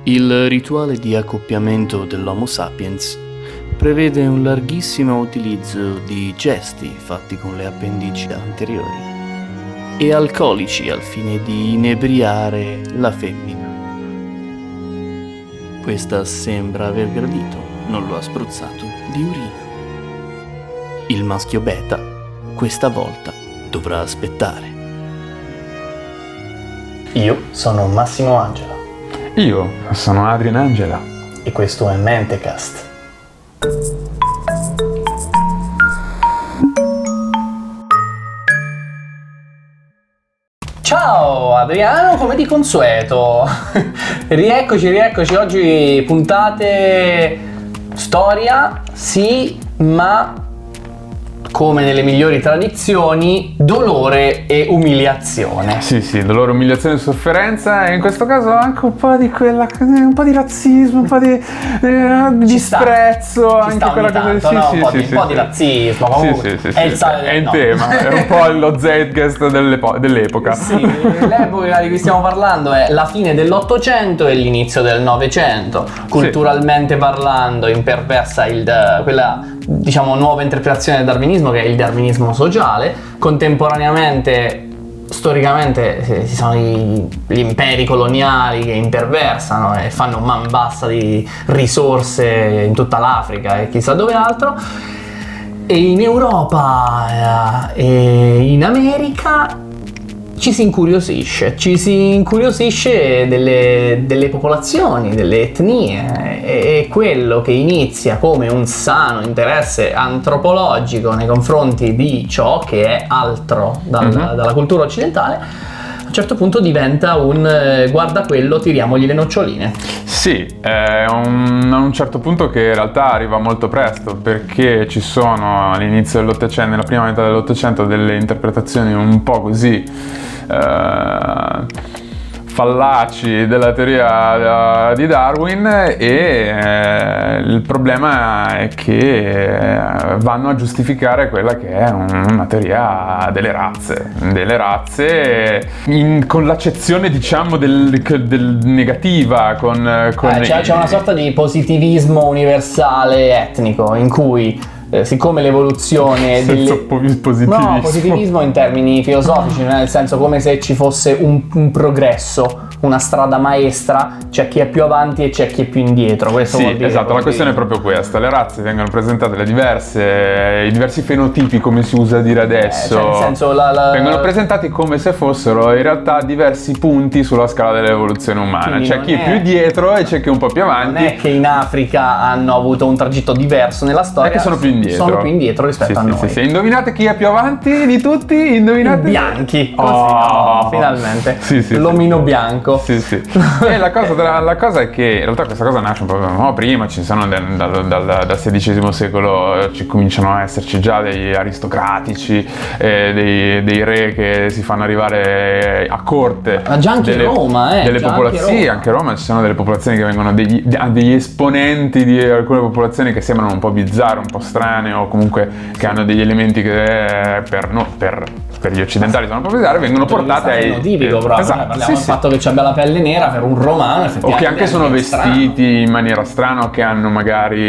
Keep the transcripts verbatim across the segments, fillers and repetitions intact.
Il rituale di accoppiamento dell'Homo sapiens prevede un larghissimo utilizzo di gesti fatti con le appendici anteriori e alcolici al fine di inebriare la femmina. Questa sembra aver gradito, non lo ha spruzzato di urina. Il maschio beta, questa volta, dovrà aspettare. Io sono Massimo Angelo. Io sono Adrian Angela. E questo è Mentecast. Ciao Adriano, come di consueto. Rieccoci, rieccoci. Oggi puntate storia, sì, ma come nelle migliori tradizioni, dolore e umiliazione. Sì, sì, dolore, umiliazione e sofferenza, e in questo caso anche un po' di quella, un po' di razzismo, un po' di eh, disprezzo, sta, anche quella cosa tanto, sì, no? sì, un po' sì, di, sì, un po' sì. di razzismo, comunque sì, sì, sì, è, il sì, sa- è in no. tema, è un po' lo zeitgeist dell'epo- dell'epoca. Sì, l'epoca di cui stiamo parlando è la fine dell'Ottocento e l'inizio del Novecento. Culturalmente parlando, imperversa il, quella, diciamo, nuova interpretazione del darwinismo, che è il darwinismo sociale. Contemporaneamente, storicamente, ci sono i, gli imperi coloniali che imperversano e fanno man bassa di risorse in tutta l'Africa e chissà dove altro. E in Europa eh, e in America ci si incuriosisce, ci si incuriosisce delle, delle popolazioni, delle etnie, e quello che inizia come un sano interesse antropologico nei confronti di ciò che è altro dal, mm-hmm. dalla cultura occidentale, a un certo punto diventa un eh, guarda quello, tiriamogli le noccioline. Sì, è un, a un certo punto che in realtà arriva molto presto, perché ci sono all'inizio dell'Ottocento, nella prima metà dell'Ottocento, delle interpretazioni un po' così Uh, fallaci della teoria uh, di Darwin, e eh, il problema è che eh, vanno a giustificare quella che è un, una teoria delle razze, delle razze in, con l'accezione, diciamo, del, del negativa, con, con eh, c'è, i, c'è una sorta di positivismo universale etnico in cui Eh, siccome l'evoluzione delle... positivismo. No, positivismo in termini filosofici, nel senso come se ci fosse un, un progresso, una strada maestra, c'è chi è più avanti e c'è chi è più indietro. Questo sì, vuol dire esatto, la questione è proprio questa: le razze vengono presentate, le diverse, i diversi fenotipi, come si usa dire adesso, eh, cioè nel senso la, la... vengono presentati come se fossero in realtà diversi punti sulla scala dell'evoluzione umana. Quindi c'è chi è... è più dietro e c'è chi è un po' più avanti. Non è che in Africa hanno avuto un tragitto diverso nella storia, è che sono più indietro. Sono più indietro rispetto sì, a sì, noi. Sì, sì. Indovinate chi è più avanti di tutti? Indovinate? I bianchi. Così, oh. no, finalmente. Sì, sì, l'omino sì. bianco. Sì, sì. E la cosa, la cosa è che in realtà questa cosa nasce un po' no, prima, ci sono dal, dal, dal, dal sedicesimo secolo, ci cominciano a esserci già degli aristocratici, eh, dei, dei re che si fanno arrivare a corte. Ma già anche delle, Roma, eh. Delle già popolazioni, anche sì, anche a Roma ci sono delle popolazioni che vengono degli, degli esponenti di alcune popolazioni che sembrano un po' bizzarre, un po' strane, o comunque che hanno degli elementi che per, no, per, per gli occidentali sono un po' bizzarre, vengono portate ai... fenotipico, proprio. Esatto, Parliamo sì, del sì. fatto che abbia la pelle nera per un romano, o che anche sono vestiti strano. in maniera strana, o che hanno magari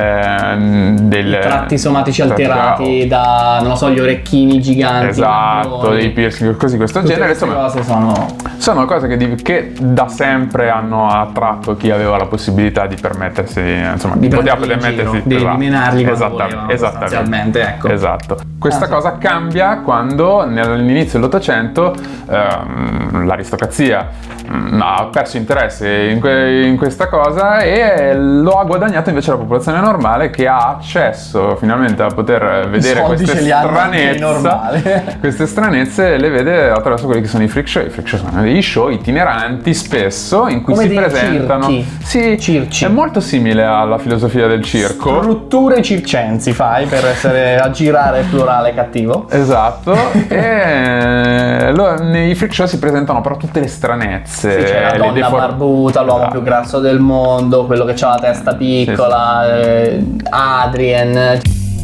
eh, del... tratti somatici alterati da, non lo so, gli orecchini giganti, esatto, lambroni, dei piercing, così questo tutte genere. queste Insomma, cose sono sono cose che, di, che da sempre hanno attratto chi aveva la possibilità di permettersi, insomma, di poteva prenderli in permettersi giro, di, di menarli quando Esattamente, volevano, esattamente, sostanzialmente, ecco. Esatto. Questa Ah, sì. cosa cambia quando all'inizio dell'Ottocento ehm, l'aristocrazia mh, ha perso interesse in, que- in questa cosa, e lo ha guadagnato invece la popolazione normale, che ha accesso finalmente a poter vedere soldi queste ce li hanno anche i normali. stranezze. Queste stranezze le vede attraverso quelli che sono i freak show. I freak show sono degli show itineranti spesso in cui Come si dei presentano. circhi. Sì, Circi. è molto simile alla filosofia del circo. Strutture circensi fai per essere a girare plurale cattivo. Esatto. E lo, nei freak show si presentano però tutte le stranezze. Sì, c'è la le donna defor- barbuta, l'uomo Esatto. più grasso del mondo, quello che ha la testa piccola, eh, Adrien.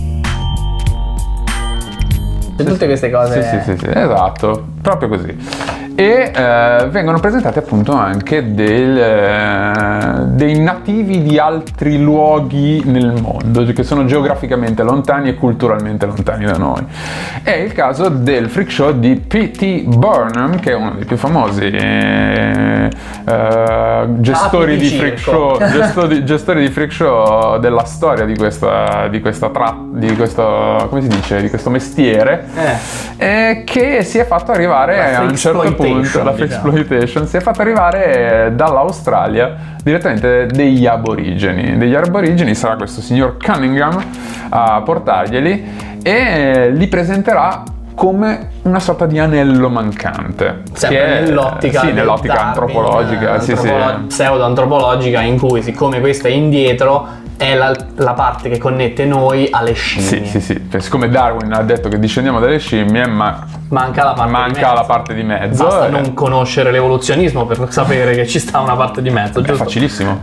Tutte queste cose. Sì, sì, sì, sì, esatto, proprio così. E eh, vengono presentate appunto anche del, eh, dei nativi di altri luoghi nel mondo, che sono geograficamente lontani e culturalmente lontani da noi. È il caso del freak show di P T Barnum, che è uno dei più famosi eh, eh, gestori, di freak show, gestori, gestori di freak show della storia di questa, di questa tra, di questo, come si dice, di questo mestiere, eh. Eh, che si è fatto arrivare a un certo punto, la Freaksploitation, si è fatto arrivare dall'Australia direttamente degli aborigeni. Degli aborigeni sarà questo signor Cunningham a portarglieli e li presenterà come una sorta di anello mancante. Sempre che è, nell'ottica, sì, nell'ottica Darwin, antropologica, antropolo- sì, sì. pseudo-antropologica, in cui, siccome questo è indietro, è la, la parte che connette noi alle scimmie. Sì, sì, sì. Siccome Darwin ha detto che discendiamo dalle scimmie, ma manca la parte manca di mezzo. la parte di mezzo. Basta e... non conoscere l'evoluzionismo per sapere che ci sta una parte di mezzo, Beh, giusto? è facilissimo.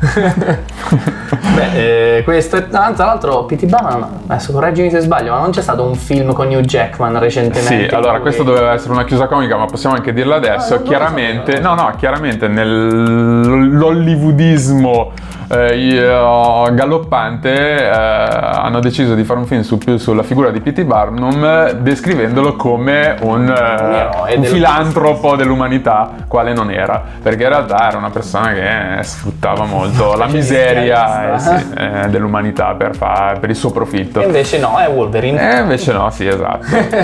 Beh, eh, questo è, tra l'altro P T Barnum, adesso correggimi se sbaglio, ma non c'è stato un film con Hugh Jackman recentemente? Sì, allora cui... questo doveva essere una chiusa comica, ma possiamo anche dirla adesso. Ah, chiaramente, so, no, no, chiaramente nell'hollywoodismo eh, galoppante eh, hanno deciso di fare un film su, più sulla figura di P T Barnum, descrivendolo come un, eh, un filantropo dell'umanità, quale non era, perché in realtà era una persona che sfruttava molto la miseria eh, sì, eh, dell'umanità per, fa, per il suo profitto. E invece no, è Wolverine. E invece no, sì, esatto.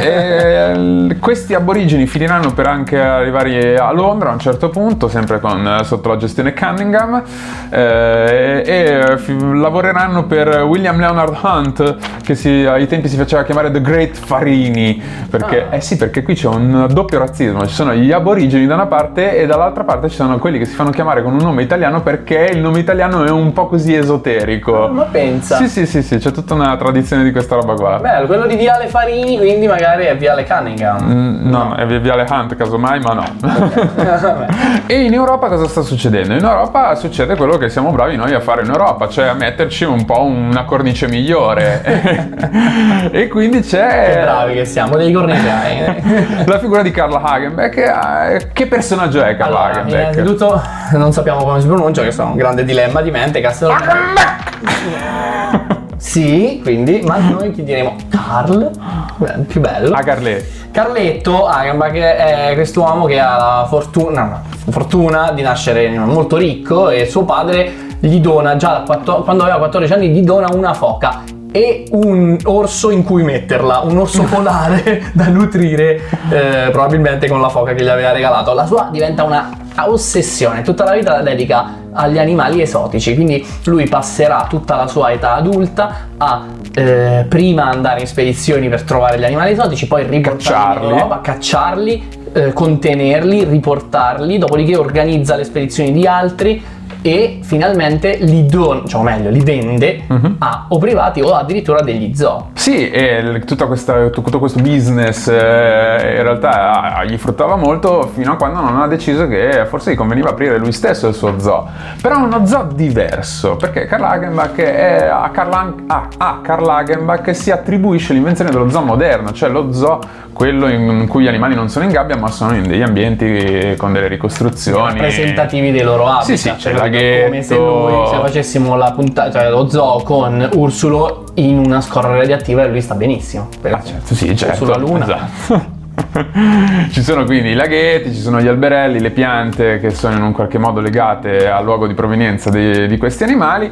E questi aborigeni finiranno per anche arrivare a Londra a un certo punto, sempre con, sotto la gestione Cunningham, eh, e fi- lavoreranno per William Leonard Hunt, che si, ai tempi si faceva chiamare The Great Farini, perché, ah. eh sì, perché qui c'è un doppio razzismo, ci sono gli aborigeni da una parte e dall'altra parte ci sono quelli che si fanno chiamare con un nome italiano perché il nome italiano è un po' così esoterico. Ma pensa. Sì, sì, sì, sì, c'è tutta una tradizione di questa roba qua. Bello, quello di Viale Farini, quindi magari è Viale Cunningham. Mm, no, no, è Viale Hunt casomai, ma no. Okay. E in Europa cosa sta succedendo? In Europa succede quello che siamo bravi noi a fare in Europa, cioè a metterci un po' una cornice migliore. E quindi c'è... Che bravi che siamo, dei corniciai. La figura di Karl Hagenbeck. Che personaggio è Karl allora, Hagenbeck? Innanzitutto non sappiamo come si pronuncia, questo è un grande dilemma di mente. Castelo... Sì, quindi, ma noi chi diremo? Carl? Beh, più bello. A Carlet. Carletto Hagenbeck è quest'uomo che ha la fortuna, no, fortuna di nascere molto ricco e suo padre gli dona, già da quattro, quando aveva quattordici anni, gli dona una foca e un orso in cui metterla, un orso polare da nutrire eh, probabilmente con la foca che gli aveva regalato. La sua diventa una ossessione, tutta la vita la dedica agli animali esotici, quindi lui passerà tutta la sua età adulta a eh, prima andare in spedizioni per trovare gli animali esotici, poi riportarli in Europa, cacciarli, eh, contenerli, riportarli, dopodiché organizza le spedizioni di altri e finalmente li dona, cioè o meglio, li vende uh-huh. a o privati o addirittura degli zoo. Sì, e tutta questa, tutto questo business eh, in realtà gli fruttava molto fino a quando non ha deciso che forse gli conveniva aprire lui stesso il suo zoo. Però uno zoo diverso, perché Karl Hagenbeck è, a, Karl, a, a Karl Hagenbeck si attribuisce l'invenzione dello zoo moderno, cioè lo zoo quello in cui gli animali non sono in gabbia ma sono in degli ambienti con delle ricostruzioni rappresentativi dei loro habitat. Sì, sì, c'è cioè, laghetto. come se noi se facessimo la puntata, cioè lo zoo con Ursulo in una scorra radioattiva e lui sta benissimo. Ah, certo, sì, certo. Sulla luna. Esatto. Ci sono quindi i laghetti, ci sono gli alberelli, le piante che sono in un qualche modo legate al luogo di provenienza di, di questi animali.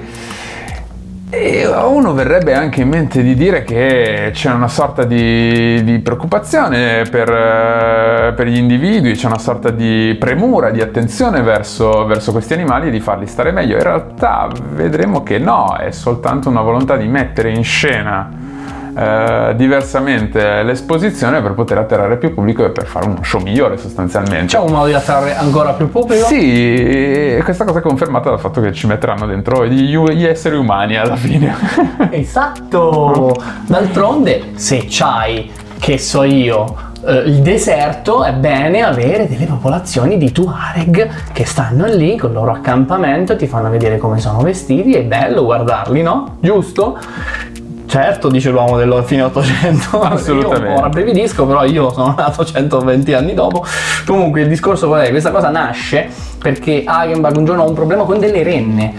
E a uno verrebbe anche in mente di dire che c'è una sorta di, di preoccupazione per, per gli individui, c'è una sorta di premura, di attenzione verso, verso questi animali e di farli stare meglio. In realtà vedremo che no, è soltanto una volontà di mettere in scena eh, diversamente l'esposizione per poter attirare più pubblico e per fare uno show migliore sostanzialmente. C'è un modo di attrarre ancora più pubblico? Sì, e questa cosa è confermata dal fatto che ci metteranno dentro gli, gli esseri umani alla fine. Esatto! D'altronde, se c'hai, che so io, Uh, il deserto, è bene avere delle popolazioni di Tuareg che stanno lì con il loro accampamento, ti fanno vedere come sono vestiti, è bello guardarli, no? Giusto? Certo, dice l'uomo del fine ottocento. Assolutamente. Io un po' rabbrividisco, però io sono nato centoventi anni dopo. Comunque il discorso qual è? Questa cosa nasce perché Hagenbeck un giorno ha un problema con delle renne.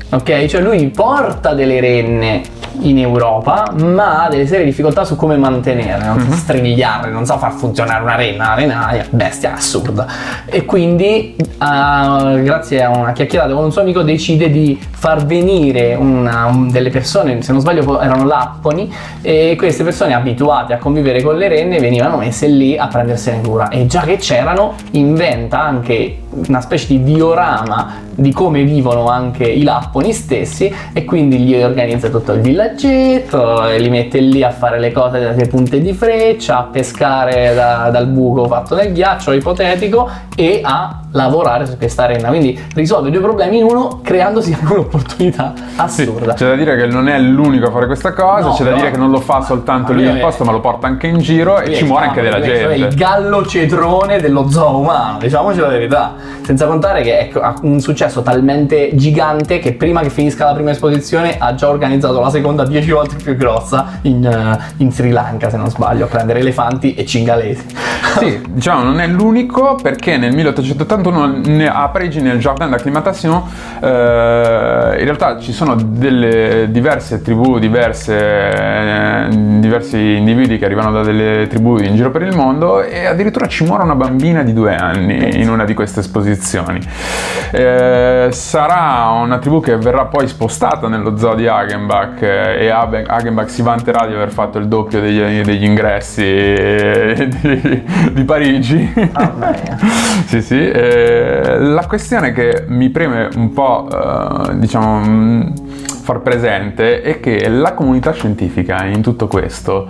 Ok, cioè lui porta delle renne in Europa, ma ha delle serie difficoltà su come mantenere, non sa Mhm. strigliare, non sa far funzionare una renna, una renaia, bestia assurda. E quindi, uh, grazie a una chiacchierata con un suo amico, decide di far venire una, un- delle persone, se non sbaglio erano lapponi, e queste persone abituate a convivere con le renne venivano messe lì a prendersene cura. E già che c'erano, inventa anche una specie di diorama di come vivono anche i lapponi stessi, e quindi gli organizza tutto il villaggetto e li mette lì a fare le cose dalle punte di freccia, a pescare da- dal buco fatto nel ghiaccio ipotetico e a lavorare su questa renna. Quindi risolve due problemi in uno, creandosi anche un'opportunità Sì, assurda. c'è da dire che non è l'unico a fare questa cosa, No, c'è da no. dire che non lo fa soltanto Ma lì lui in è- posto, ma lo porta anche in giro e Lui ci è muore anche fame, della questo è il gente. gallo cetrone dello zoo umano, diciamoci la verità. Senza contare che ecco, ha un successo talmente gigante che prima che finisca la prima esposizione ha già organizzato la seconda dieci volte più grossa in, eh, in Sri Lanka, se non sbaglio, a prendere elefanti e cingalesi. Sì, diciamo non è l'unico, perché nel milleottocentottantuno ne- a Parigi, nel Jardin d'Acclimatation, eh, in realtà ci sono delle diverse tribù, diverse, eh, diversi individui che arrivano da delle tribù in giro per il mondo, e addirittura ci muore una bambina di due anni in una di queste esposizioni. Eh, sarà una tribù che verrà poi spostata nello zoo di Hagenbach, eh, e Habe- Hagenbach si vanterà di aver fatto il doppio degli, degli ingressi eh, di, di Parigi. Mamma mia. Sì, sì. eh, la questione che mi preme un po', eh, diciamo, mh, far presente è che la comunità scientifica in tutto questo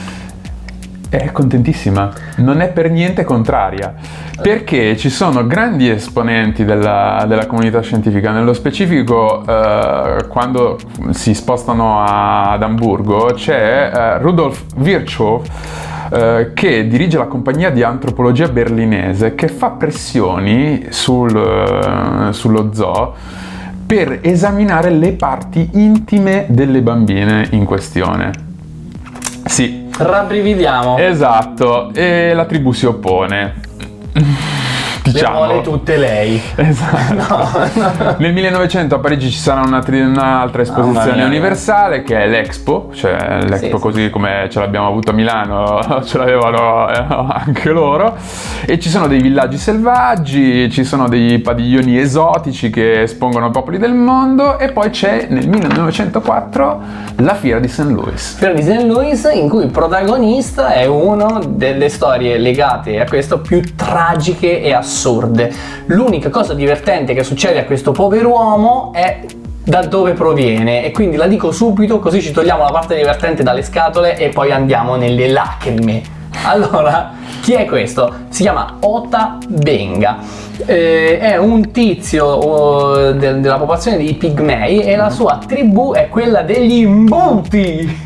è contentissima, non è per niente contraria, perché ci sono grandi esponenti della, della comunità scientifica. Nello specifico, eh, quando si spostano a- ad Amburgo, c'è eh, Rudolf Virchow, eh, che dirige la compagnia di antropologia berlinese, che fa pressioni sul, eh, sullo zoo per esaminare le parti intime delle bambine in questione. Sì, Rabbrividiamo. esatto, e la tribù si oppone. Le Diciamo. vuole tutte lei. Esatto. No. Nel millenovecento a Parigi ci sarà una tri- un'altra Mamma esposizione mia. universale, che è l'Expo, cioè l'Expo Sì, così come ce l'abbiamo avuto a Milano, ce l'avevano eh, anche loro, e ci sono dei villaggi selvaggi, ci sono dei padiglioni esotici che espongono popoli del mondo, e poi c'è nel millenovecentoquattro la fiera di Saint Louis. Fiera di Saint Louis, in cui il protagonista è una delle storie legate a questo più tragiche e assurde. L'unica cosa divertente che succede a questo pover'uomo è da dove proviene, e quindi la dico subito, così ci togliamo la parte divertente dalle scatole e poi andiamo nelle lacrime. Allora, chi è questo? Si chiama Ota Benga. Eh, è un tizio oh, del- della popolazione dei pigmei, e la sua tribù è quella degli imbuti.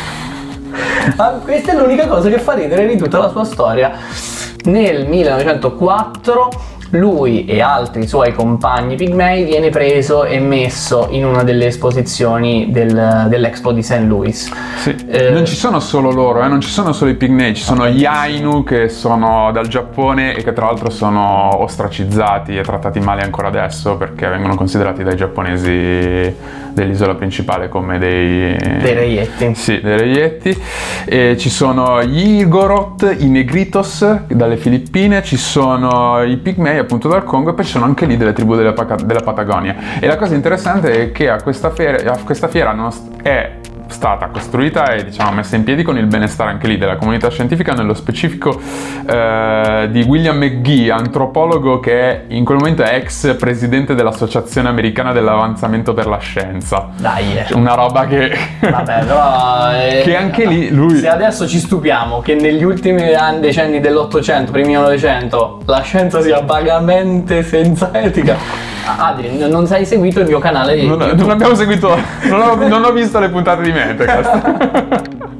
Ma questa è l'unica cosa che fa ridere di tutta la sua storia. Nel millenovecentoquattro lui e altri suoi compagni pigmei viene preso e messo in una delle esposizioni del- dell'Expo di Saint Louis. Sì. Eh, Non ci sono solo loro, eh, non ci sono solo i pigmei, ci sono gli Ainu, che sono dal Giappone e che tra l'altro sono ostracizzati e trattati male ancora adesso, perché vengono considerati dai giapponesi dell'isola principale come dei... Dei reietti. Sì, dei reietti. E ci sono gli Igorot, i Negritos dalle Filippine, ci sono i pigmei appunto dal Congo, e poi ci sono anche lì delle tribù della, Paca- della Patagonia. E la cosa interessante è che a questa fiera, a questa fiera non è stata costruita e diciamo messa in piedi con il benestare anche lì della comunità scientifica, nello specifico eh, di William McGee, antropologo che è, in quel momento è ex presidente dell'Associazione Americana dell'Avanzamento per la Scienza. Dai, eh. Una roba che... Vabbè, però eh, Che anche lì lui- se adesso ci stupiamo che negli ultimi anni, decenni dell'Ottocento, primi Novecento, la scienza sia vagamente senza etica. Adri, n- non hai seguito il mio canale di Non, YouTube. non abbiamo seguito, non ho, non ho visto le puntate di Mentecast.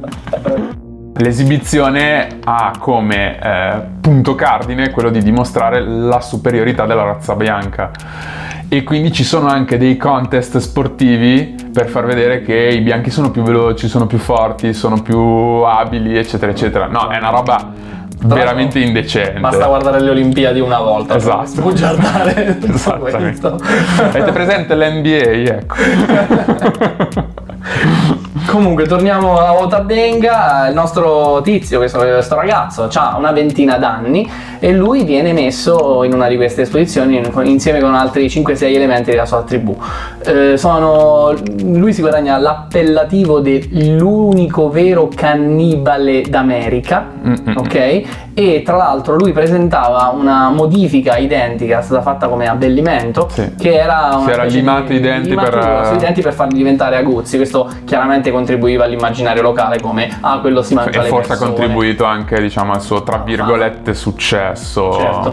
L'esibizione ha come eh, punto cardine quello di dimostrare la superiorità della razza bianca, e quindi ci sono anche dei contest sportivi per far vedere che i bianchi sono più veloci, sono più forti, sono più abili, eccetera eccetera. No, è una roba veramente indecente. Basta guardare le Olimpiadi una volta, esatto, per sbugiardare tutto questo. Avete presente l'N B A? Ecco. Comunque torniamo a Ota Benga. Il nostro tizio, questo, questo ragazzo, ha una ventina d'anni e lui viene messo in una di queste esposizioni insieme con altri cinque sei elementi della sua tribù. Eh, sono, lui si guadagna l'appellativo dell'unico vero cannibale d'America, mm-hmm. ok? E tra l'altro lui presentava una modifica identica, era stata fatta come abbellimento, sì. che era si era limato i denti per... i denti per farli diventare aguzzi. Questo chiaramente contribuiva all'immaginario locale come ah quello si mangia e le forse persone. ha contribuito anche, diciamo, al suo tra virgolette successo. Certo.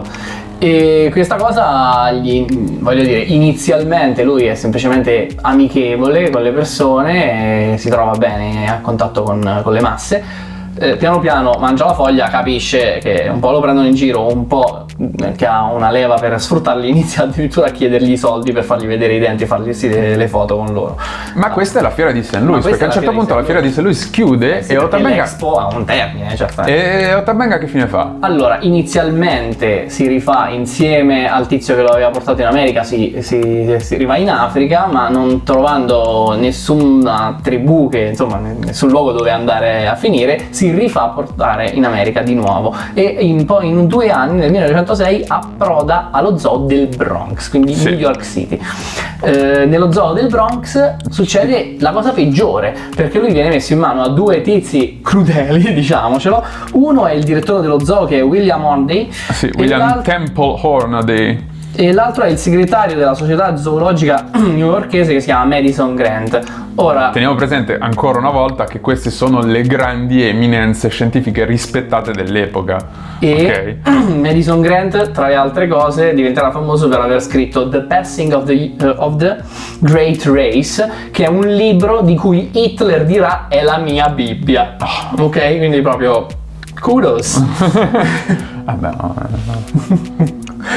E questa cosa gli, voglio dire, inizialmente lui è semplicemente amichevole con le persone, si trova bene a contatto con, con le masse. Eh, piano piano mangia la foglia, capisce che un po' lo prendono in giro, un po' che ha una leva per sfruttarli, inizia addirittura a chiedergli i soldi per fargli vedere i denti e fargli le, le foto con loro. Ma questa è la fiera di Saint Louis, perché a un certo punto la fiera di Saint Louis chiude, sì, e Ota Benga l'Expo ha un termine, certo. E Ota Benga che fine fa? Allora, inizialmente si rifà insieme al tizio che lo aveva portato in America, si, si, si rifà in Africa, ma non trovando nessuna tribù, che insomma nessun luogo dove andare a finire, si rifà portare in America di nuovo e in, poi in due anni, nel millenovecentosei, approda allo zoo del Bronx, quindi sì. New York City. Eh, nello zoo del Bronx succede la cosa peggiore, perché lui viene messo in mano a due tizi crudeli, diciamocelo. Uno è il direttore dello zoo, che è William Hornady, sì, William Temple Hornady, e l'altro è il segretario della società zoologica newyorkese che si chiama Madison Grant. Ora, teniamo presente ancora una volta che queste sono le grandi eminenze scientifiche rispettate dell'epoca. E okay. Madison Grant, tra le altre cose, diventerà famoso per aver scritto The Passing of the, uh, of the Great Race, che è un libro di cui Hitler dirà è la mia Bibbia. Oh. Ok, quindi proprio kudos. Vabbè, no, no.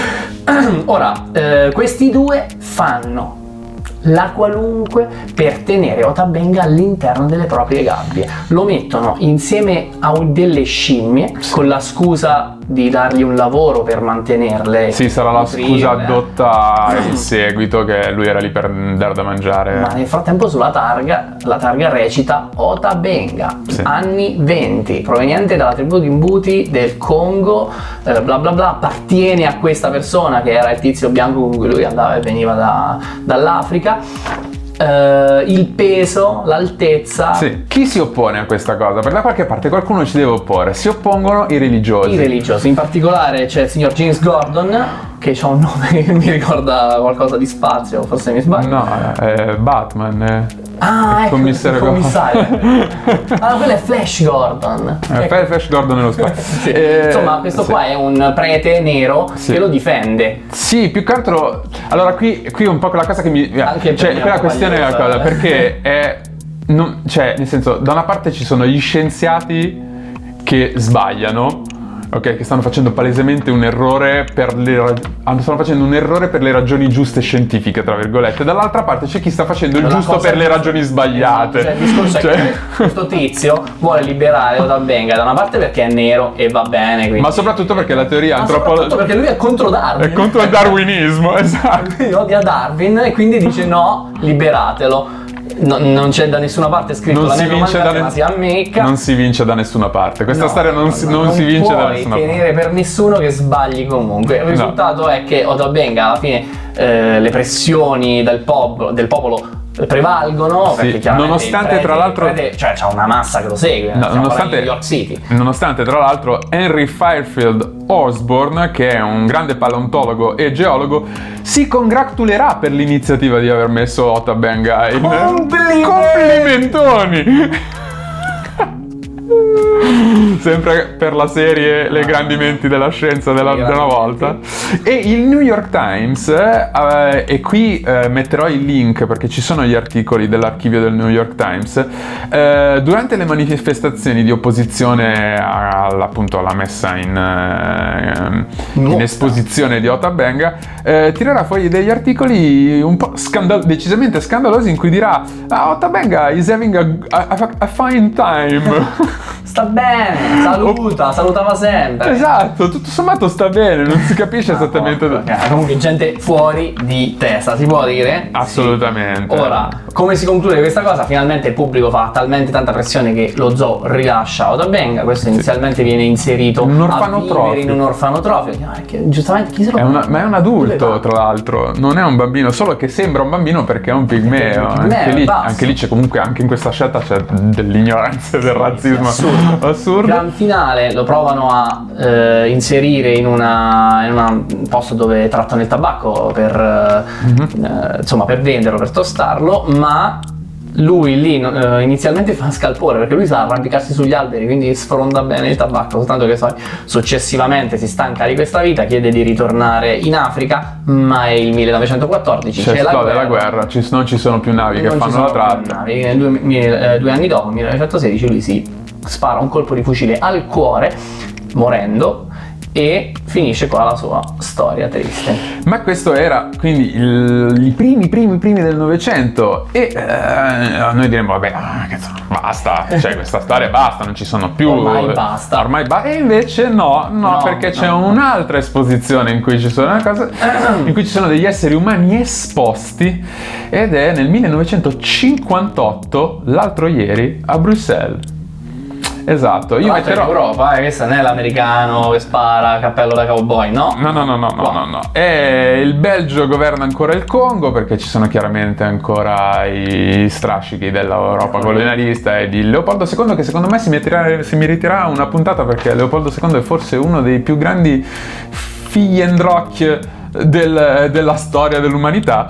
Ora, eh, questi due fanno la qualunque per tenere Ota Benga all'interno delle proprie gabbie. Lo mettono insieme a delle scimmie, sì, con la scusa di dargli un lavoro per mantenerle. Sì, sarà la scusa addotta in seguito, che lui era lì per dar da mangiare. Ma nel frattempo sulla targa, la targa recita Ota Benga, sì, anni venti, proveniente dalla tribù di Mbuti del Congo, eh, bla bla bla, appartiene a questa persona che era il tizio bianco con cui lui andava e veniva da, dall'Africa. Uh, il peso, l'altezza. Sì. Chi si oppone a questa cosa? Per da qualche parte qualcuno ci deve opporre. Si oppongono i religiosi. I religiosi, in particolare c'è il signor James Gordon, che ha un nome che mi ricorda qualcosa di spazio, forse mi sbaglio. No, è Batman. È... Ah, ecco, commissario, il commissario. Ah, quello è Flash Gordon. Eh, ecco. Flash Gordon nello spazio. Sì. Eh, Insomma, questo sì. qua è un prete nero, sì, che lo difende. Sì, più che altro. Allora, qui, qui è un po' quella cosa che mi. Anche cioè, quella questione è la cosa, perché è. Non, cioè, nel senso, da una parte ci sono gli scienziati che sbagliano. Ok, che stanno facendo palesemente un errore per le rag- stanno facendo un errore per le ragioni giuste scientifiche, tra virgolette. Dall'altra parte c'è chi sta facendo il giusto per le ragioni sbagliate. Cioè, il discorso cioè... è che questo tizio vuole liberare Ota Benga da una parte perché è nero e va bene, quindi... ma soprattutto perché la teoria antropologica, soprattutto perché lui è contro Darwin, è contro il darwinismo, esatto. Quindi odia Darwin e quindi dice no, liberatelo. No, non c'è da nessuna parte scritto non la si vince da ne- ma si ammicca. Non si vince da nessuna parte. Questa no, storia non, si, non non si vince da nessuna parte. Non puoi tenere per nessuno che sbagli comunque. Il risultato no. è che Ota Benga alla fine eh, le pressioni del, pop- del popolo prevalgono, sì, perché nonostante prete, tra l'altro prete, cioè c'ha una massa che lo segue, no, nonostante, New York City. Nonostante tra l'altro Henry Fairfield Osborne, che è un grande paleontologo e geologo, si congratulerà per l'iniziativa di aver messo Ota Benga in complimentoni. Sempre per la serie Le grandi menti della scienza della, della volta. E il New York Times, eh, e qui eh, metterò il link perché ci sono gli articoli dell'archivio del New York Times, eh, durante le manifestazioni di opposizione alla, appunto alla messa in, eh, in esposizione di Ota Benga, eh, tirerà fuori degli articoli un po' scandal- decisamente scandalosi, in cui dirà ah, Ota Benga is having a, a, a fine time. Sta bene, bene, saluta, salutava sempre. Esatto, tutto sommato sta bene, non si capisce Ah, esattamente. porca, okay. Comunque gente fuori di testa, si può dire? Assolutamente. Sì. Ora, come si conclude questa cosa? Finalmente il pubblico fa talmente tanta pressione che lo zoo rilascia Ota Benga. Questo inizialmente viene inserito Un a orfanotrofio. vivere in un orfanotrofio. Ah, che, giustamente chi se lo È una- ma è un adulto, Dove va? tra l'altro, non è un bambino, solo che sembra un bambino perché è un pigmeo. Perché è un pigmeo, Anche lì, basta. anche lì c'è comunque, anche in questa scelta c'è dell'ignoranza e del razzismo assurdo. assurdo. Gran finale lo provano a eh, inserire in una in una- un posto dove trattano il tabacco per Mhm. eh, insomma per venderlo, per tostarlo, ma lui lì eh, inizialmente fa scalpore perché lui sa arrampicarsi sugli alberi, quindi sfronda bene il tabacco, soltanto che so, successivamente si stanca di questa vita, chiede di ritornare in Africa, ma è il millenovecentoquattordici, C'è c'è la esplode guerra, la guerra, ci- non ci sono più navi che non ci fanno sono la più tratta. navi. Eh, Due, mille- eh, due anni dopo, millenovecentosedici, lui si spara un colpo di fucile al cuore, morendo, e finisce qua la sua storia triste. Ma questo era quindi il- i primi, primi, primi del Novecento e eh, noi diremmo vabbè, ah, cazzo, basta, cioè questa storia basta, non ci sono più. Ormai basta. Ormai ba- e invece no, no, No, perché c'è no. un'altra esposizione in cui ci sono una cosa, in cui ci sono degli esseri umani esposti ed è nel millenovecentocinquantotto, l'altro ieri, a Bruxelles. Esatto, io Tra l'altro metterò... in Europa, eh, questo non è l'americano che spara, cappello da cowboy, no? No, no, no, no, no, no, no. E il Belgio governa ancora il Congo perché ci sono chiaramente ancora i strascichi dell'Europa colonialista e di Leopoldo secondo, che secondo me si meriterà, si meriterà una puntata perché Leopoldo secondo è forse uno dei più grandi figliandrocchi del- della storia dell'umanità.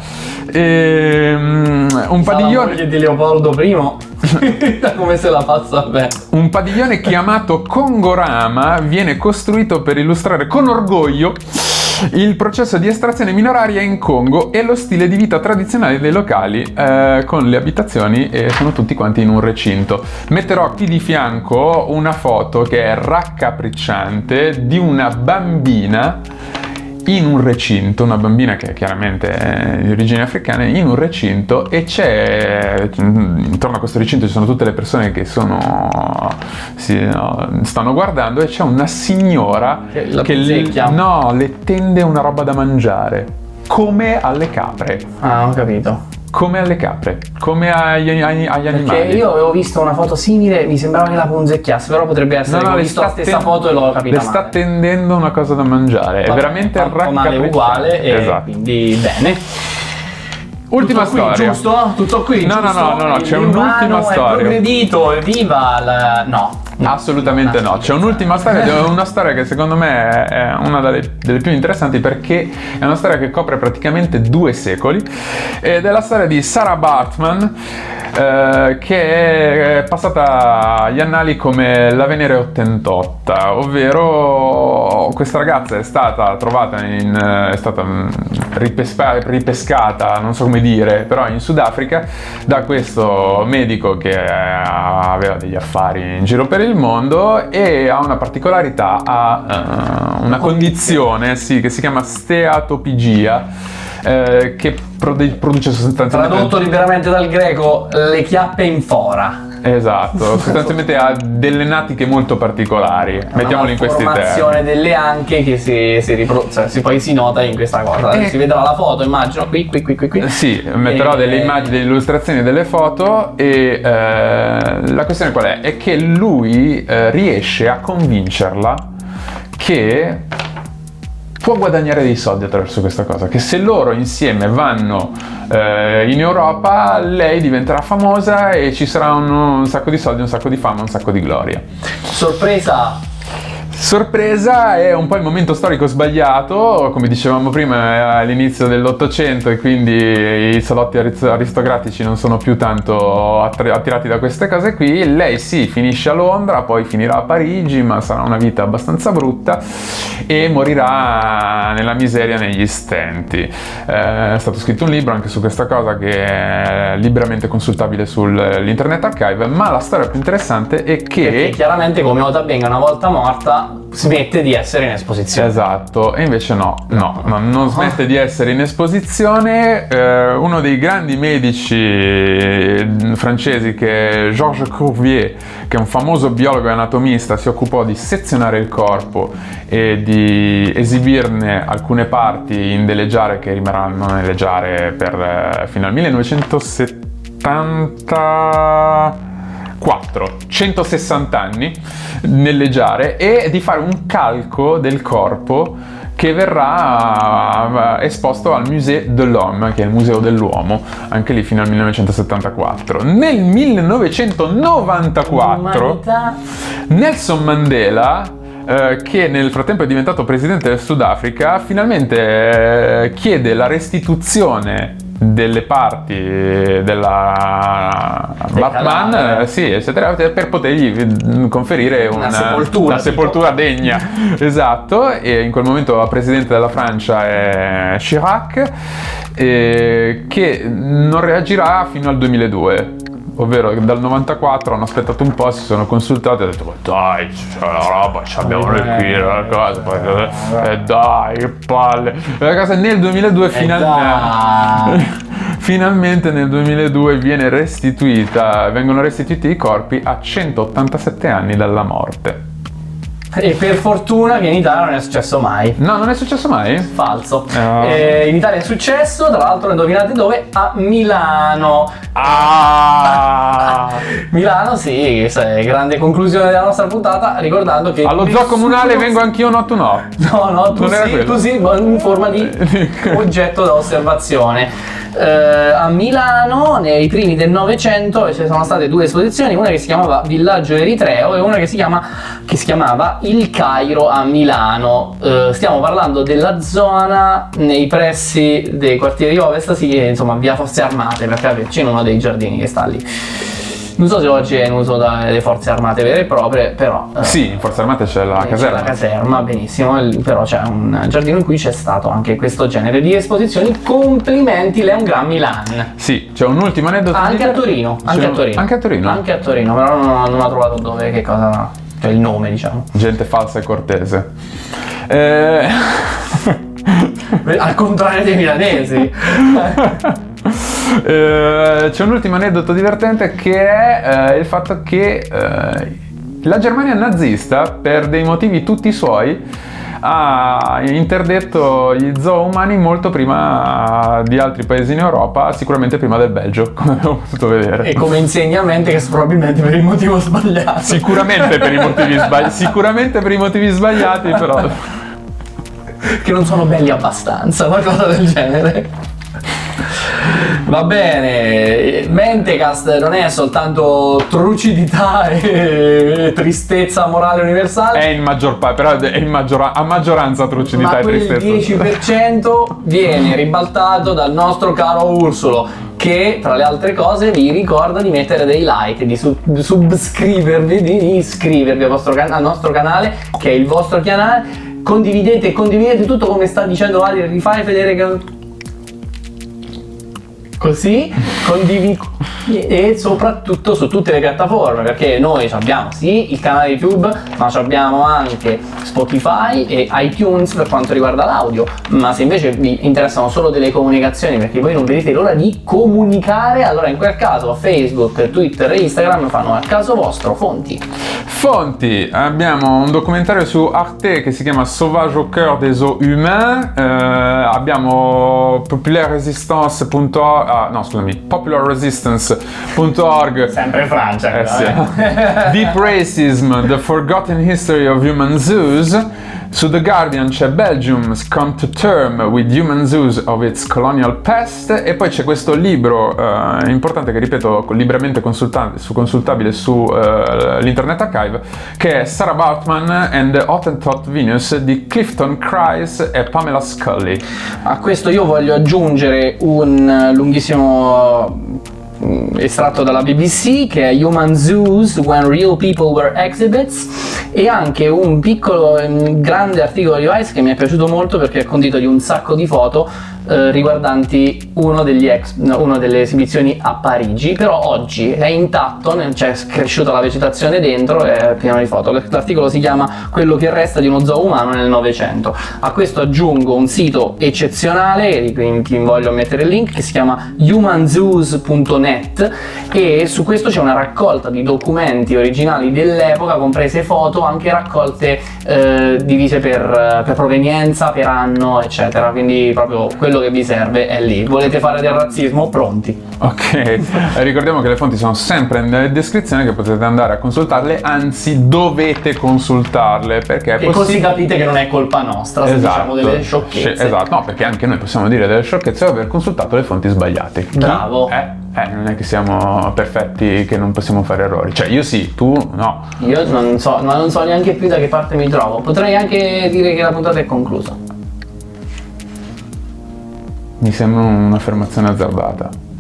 E, um, un Sa la padiglione... moglie di Leopoldo primo, come se la passa bene. Un padiglione chiamato Kongorama viene costruito per illustrare con orgoglio il processo di estrazione minoraria in Congo e lo stile di vita tradizionale dei locali, eh, con le abitazioni e sono tutti quanti in un recinto. Metterò qui di fianco una foto che è raccapricciante di una bambina in un recinto, una bambina che chiaramente è di origini africane, in un recinto, e c'è intorno a questo recinto ci sono tutte le persone che sono si, no, stanno guardando, e c'è una signora Che la che punzecchia. le, no, le tende una roba da mangiare, come alle capre, Ah, ho capito. come alle capre, come agli, agli, agli Perché animali. io avevo visto una foto simile, mi sembrava che la punzecchiasse, però potrebbe essere che ho le visto la sta stessa ten- foto e l'ho capita le sta male. tendendo una cosa da mangiare, è Vabbè, veramente tanto male raccapricciante. uguale, e Esatto. quindi bene. Ultima Tutto qui, storia. giusto? Tutto qui, No, no, giusto? no, no, no, c'è L'umano un'ultima è storia. progredito, evviva la... no. Assolutamente no, c'è un'ultima storia, ed è una storia che secondo me è una delle, delle più interessanti perché è una storia che copre praticamente due secoli ed è la storia di Sarah Baartman, eh, che è passata agli annali come la Venere ottantotto, ovvero questa ragazza è stata trovata in, è stata mm, ripesca- ripescata, non so come dire, però in Sudafrica da questo medico che eh, aveva degli affari in giro per il mondo e ha una particolarità, ha eh, una condizione sì, che si chiama steatopigia, eh, che prode- produce sostanzialmente... Tradotto liberamente dal greco, le chiappe in fora. Esatto, sostanzialmente ha delle natiche molto particolari, mettiamolo in questi Una termini. formazione delle anche che si, si, ripro- cioè, si poi si nota in questa cosa. Eh. Si vedrà la foto, immagino, qui, qui, qui, qui, qui. Sì, metterò E- delle immagini, delle illustrazioni, delle foto e eh, la questione qual è? È che lui eh, riesce a convincerla che può guadagnare dei soldi attraverso questa cosa, che se loro insieme vanno eh, in Europa lei diventerà famosa e ci sarà un, un sacco di soldi, un sacco di fama, un sacco di gloria. Sorpresa! Sorpresa, è un po' il momento storico sbagliato, come dicevamo prima è all'inizio dell'Ottocento e quindi i salotti aris- aristocratici non sono più tanto attri- attirati da queste cose qui. Lei sì, finisce a Londra, poi finirà a Parigi, ma sarà una vita abbastanza brutta e morirà nella miseria negli stenti. Eh, è stato scritto un libro anche su questa cosa che è liberamente consultabile sull'Internet Archive, ma la storia più interessante è Perché che... chiaramente come Ota Benga una volta morta ma smette di essere in esposizione. Esatto, e invece no, no, no non smette di essere in esposizione. Eh, uno dei grandi medici francesi, che è Georges Cuvier, che è un famoso biologo e anatomista, si occupò di sezionare il corpo e di esibirne alcune parti in delle giare che rimarranno nelle giare per, eh, fino al millenovecentosettantaquattro, centosessanta anni nelle giare, e di fare un calco del corpo che verrà esposto al Musée de l'Homme, che è il museo dell'uomo, anche lì fino al millenovecentosettantaquattro. Nel millenovecentonovantaquattro Umanità. Nelson Mandela, eh, che nel frattempo è diventato presidente del Sudafrica, finalmente eh, chiede la restituzione delle parti della Batman, cadavere. sì, eccetera, per potergli conferire Una una, sepoltura, una sepoltura degna. Esatto, e in quel momento la presidente della Francia è Chirac, eh, che non reagirà fino al duemiladue. Ovvero dal novantaquattro hanno aspettato un po', si sono consultati e hanno detto: dai, c'è la roba, abbiamo qui la cosa, poi, eh, dai, che palle. La cosa nel duemiladue finalmente, finalmente nel duemiladue viene restituita, vengono restituiti i corpi a centottantasette anni dalla morte. E per fortuna che in Italia non è successo mai. No, non è successo mai? Falso. No. Eh, in Italia è successo, tra l'altro indovinate dove? A Milano. Ah! Milano, sì, sai, grande conclusione della nostra puntata, ricordando che Allo zoo nessuno- comunale vengo anch'io, no, tu no. No, no, tu Non era sì, quello. tu sì, ma in forma di oggetto da osservazione. Eh, a Milano, nei primi del Novecento, ci sono state due esposizioni, una che si chiamava Villaggio Eritreo e una che si, chiama, che si chiamava Il Cairo a Milano. Eh, stiamo parlando della zona nei pressi dei quartieri ovest, sì, insomma, via Forze Armate, per capirci, in uno dei giardini che sta lì. Non so se oggi è in uso dalle forze armate vere e proprie, però... eh, Sì, in Forze Armate c'è la c'è caserma. la caserma, benissimo, lì però c'è un giardino in cui c'è stato anche questo genere di esposizioni. Complimenti, Leon Gran Milan. Sì, c'è un ultimo aneddoto. Anche di- a Torino, anche c'è a un- Torino. Anche a Torino. Anche a Torino, però non, non ha trovato dove, che cosa... cioè il nome, diciamo. Gente falsa e cortese. Eh... Al contrario dei milanesi. Eh, c'è un ultimo aneddoto divertente, che è eh, il fatto che eh, la Germania nazista, per dei motivi tutti suoi, ha interdetto gli zoo umani molto prima di altri paesi in Europa, sicuramente prima del Belgio, come abbiamo potuto vedere. E come insegnamento che probabilmente per il motivo sbagliato. Sicuramente per i motivi sbagliati, sicuramente per i motivi sbagliati, però. Che non sono belli abbastanza, qualcosa del genere. Va bene, Mentecast non è soltanto trucidità e tristezza morale universale. È in maggior parte, però è in maggiora- a maggioranza trucidità Ma e quel tristezza. dieci per cento viene ribaltato dal nostro caro Ursulo, che tra le altre cose vi ricorda di mettere dei like, di sub- subscrivervi, di iscrivervi al, vostro can- al nostro canale, che è il vostro canale. Condividete, condividete tutto, come sta dicendo Ali, rifai vedere che... Così condivi e soprattutto su tutte le piattaforme, perché noi abbiamo sì il canale YouTube, ma abbiamo anche Spotify e iTunes per quanto riguarda l'audio. Ma se invece vi interessano solo delle comunicazioni, perché voi non vedete l'ora di comunicare, allora in quel caso Facebook, Twitter e Instagram fanno al caso vostro. Fonti Fonti, abbiamo un documentario su Arte che si chiama Sauvage au cœur des eaux humains, eh, abbiamo populaire resistance punto org, ah, no scusami, popular resistance punto org, sempre in Francia, eh, sì. eh. Deep Racism, The Forgotten History of Human Zoos. Su The Guardian c'è Belgium's Come to Term with Human Zoos of its Colonial Past, e poi c'è questo libro eh, importante che, ripeto, liberamente consultabile su, consultabile su eh, l'Internet Archive, che è Sarah Baartman and the Hottentot Venus di Clifton Chryes e Pamela Scully. A questo io voglio aggiungere un lunghissimo estratto dalla B B C, che è Human Zoos When Real People Were Exhibits, e anche un piccolo grande articolo di Vice che mi è piaciuto molto perché è condito di un sacco di foto eh, riguardanti uno degli ex, no, una delle esibizioni a Parigi, però oggi è intatto, c'è cresciuta la vegetazione dentro, è pieno di foto. L'articolo si chiama Quello che resta di uno zoo umano nel Novecento. A questo aggiungo un sito eccezionale di cui voglio mettere il link, che si chiama human zoos punto net, e su questo c'è una raccolta di documenti originali dell'epoca, comprese foto, anche raccolte eh, divise per, per provenienza, per anno, eccetera. Quindi proprio quello che vi serve è lì. Volete fare del razzismo? Pronti. Ok, ricordiamo che le fonti sono sempre nella descrizione, che potete andare a consultarle, anzi dovete consultarle, perché è E possi- così capite che non è colpa nostra se esatto, diciamo delle sciocchezze. Sì, esatto, no, perché anche noi possiamo dire delle sciocchezze dopo aver consultato le fonti sbagliate. Bravo. Eh, eh, non è che siamo perfetti, che non possiamo fare errori. Cioè io sì, tu no. Io non so, ma non so neanche più da che parte mi trovo. Potrei anche dire che la puntata è conclusa. Mi sembra un'affermazione azzardata.